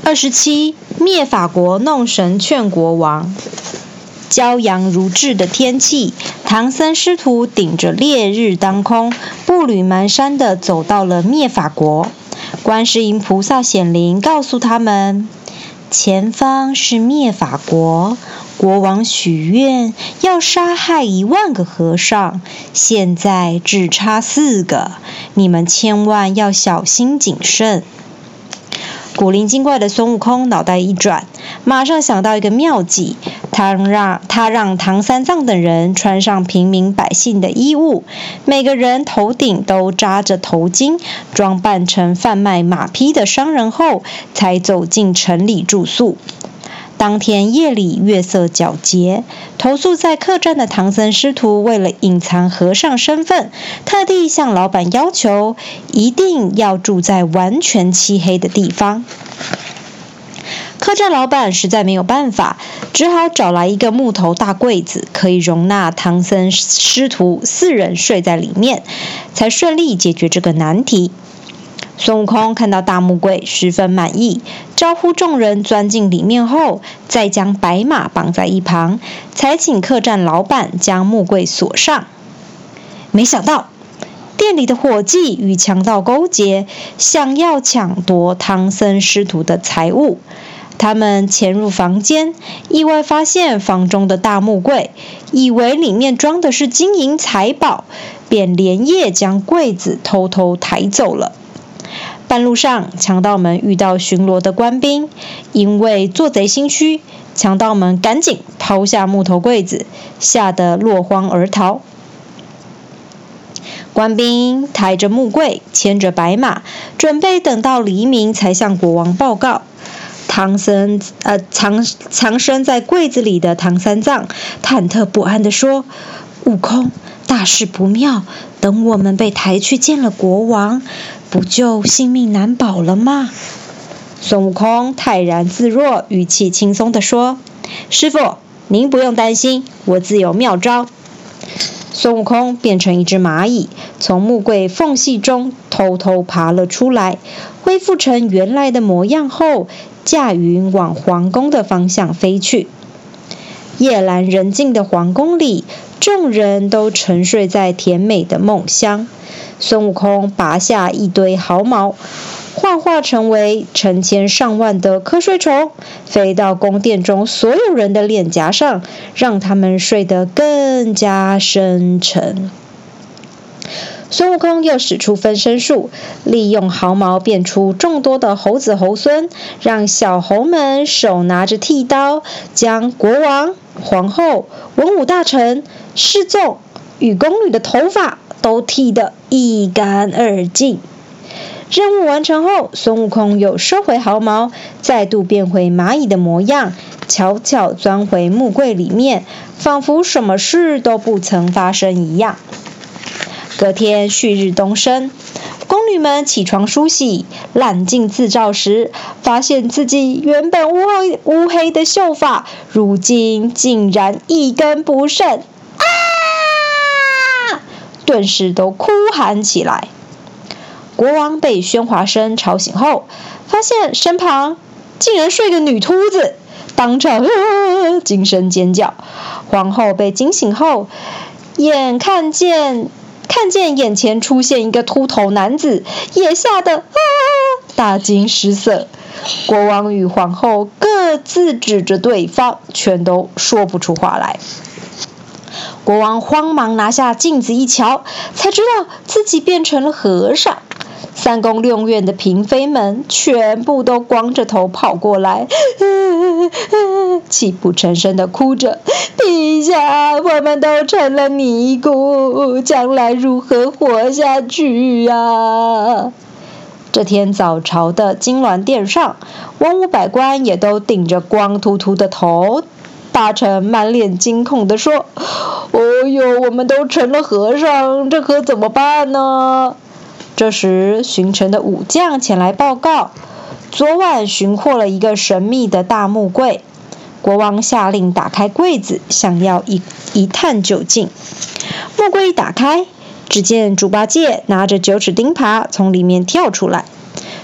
27灭法国弄神劝国王。骄阳如炙的天气，唐僧师徒顶着烈日当空，步履蹒跚地走到了灭法国。观世音菩萨显灵，告诉他们，前方是灭法国，国王许愿要杀害10000个和尚，现在只差4个，你们千万要小心谨慎。古灵精怪的孙悟空脑袋一转，马上想到一个妙计，他让唐三藏等人穿上平民百姓的衣物，每个人头顶都扎着头巾，装扮成贩卖马匹的商人后，才走进城里住宿。当天夜里月色皎洁，投宿在客栈的唐僧师徒为了隐藏和尚身份，特地向老板要求一定要住在完全漆黑的地方。客栈老板实在没有办法，只好找来一个木头大柜子，可以容纳唐僧师徒4人睡在里面，才顺利解决这个难题。孙悟空看到大木柜十分满意，招呼众人钻进里面后，再将白马绑在一旁，才请客栈老板将木柜锁上。没想到店里的伙计与强盗勾结，想要抢夺唐僧师徒的财物。他们潜入房间，意外发现房中的大木柜，以为里面装的是金银财宝，便连夜将柜子偷偷抬走了。半路上，强盗们遇到巡逻的官兵，因为做贼心虚，强盗们赶紧抛下木头柜子，吓得落荒而逃。官兵抬着木柜，牵着白马，准备等到黎明才向国王报告。藏身在柜子里的唐三藏忐忑不安地说：“悟空，大事不妙，等我们被抬去见了国王，不就性命难保了吗？”孙悟空泰然自若，语气轻松地说：“师父，您不用担心，我自有妙招。”孙悟空变成一只蚂蚁，从木柜缝隙中偷偷爬了出来，恢复成原来的模样后，驾云往皇宫的方向飞去。夜阑人静的皇宫里，众人都沉睡在甜美的梦乡。孙悟空拔下一堆毫毛，幻化成为成千上万的瞌睡虫，飞到宫殿中所有人的脸颊上，让他们睡得更加深沉。孙悟空又使出分身术，利用毫毛变出众多的猴子猴孙，让小猴们手拿着剃刀，将国王、皇后、文武大臣、侍从与宫女的头发都剃得一干二净。任务完成后，孙悟空又收回毫毛，再度变回蚂蚁的模样，悄悄钻回木柜里面，仿佛什么事都不曾发生一样。隔天旭日东升，宫女们起床梳洗，揽镜自照时，发现自己原本乌黑的秀发，如今竟然一根不剩，顿时都哭喊起来。国王被喧哗声吵醒后，发现身旁竟然睡个女秃子，当场惊声尖叫。皇后被惊醒后，看见眼前出现一个秃头男子，也吓得大惊失色。国王与皇后各自指着对方，全都说不出话来。国王慌忙拿下镜子一瞧，才知道自己变成了和尚。三宫六院的嫔妃们全部都光着头跑过来，泣不成声地哭着：“陛下，我们都成了尼姑，将来如何活下去啊？”这天早朝的金銮殿上，文武百官也都顶着光秃秃的头，大臣满脸惊恐地说：“哦呦，我们都成了和尚，这可怎么办呢？”这时，巡城的武将前来报告，昨晚寻获了一个神秘的大木柜。国王下令打开柜子，想要一探究竟。木柜一打开，只见猪八戒拿着9齿钉耙从里面跳出来，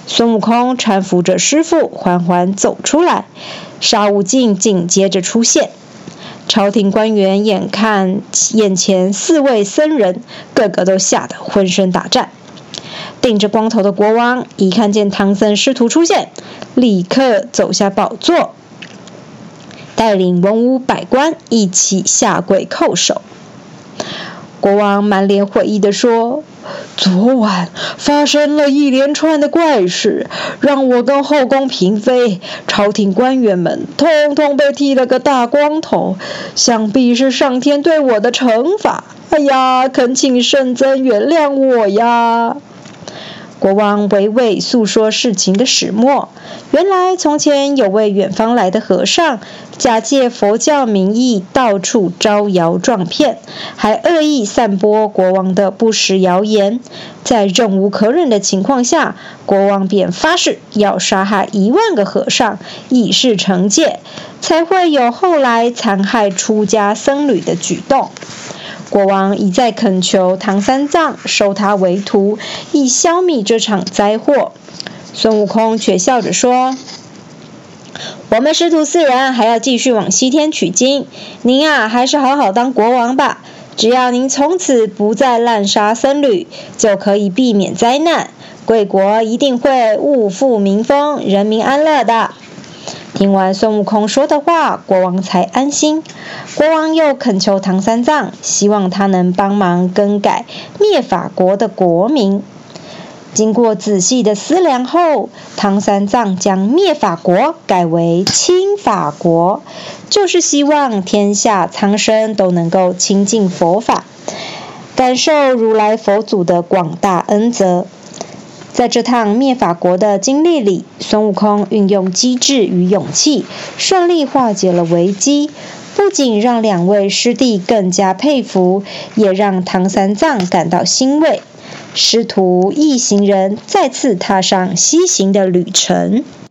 孙悟空搀扶着师父缓缓走出来，沙悟净紧接着出现。朝廷官员眼看眼前4位僧人，个个都吓得浑身打颤。顶着光头的国王一看见唐僧师徒出现，立刻走下宝座，带领文武百官一起下跪叩首。国王满脸悔意地说：昨晚发生了一连串的怪事，让我跟后宫嫔妃、朝廷官员们通通被剃了个大光头，想必是上天对我的惩罚。哎呀，恳请圣僧原谅我呀！国王娓娓诉说事情的始末。原来从前有位远方来的和尚，假借佛教名义到处招摇撞骗，还恶意散播国王的不实谣言。在忍无可忍的情况下，国王便发誓要杀害1万个和尚，以示惩戒，才会有后来残害出家僧侣的举动。国王一再恳求唐三藏收他为徒，以消弭这场灾祸。孙悟空却笑着说：我们师徒4人还要继续往西天取经，您啊还是好好当国王吧，只要您从此不再滥杀僧侣，就可以避免灾难，贵国一定会物阜民丰，人民安乐的。听完孙悟空说的话，国王才安心。国王又恳求唐三藏，希望他能帮忙更改灭法国的国名。经过仔细的思量后，唐三藏将灭法国改为亲法国，就是希望天下苍生都能够亲近佛法，感受如来佛祖的广大恩泽。在这趟灭法国的经历里，孙悟空运用机智与勇气，顺利化解了危机，不仅让2位师弟更加佩服，也让唐三藏感到欣慰。师徒一行人再次踏上西行的旅程。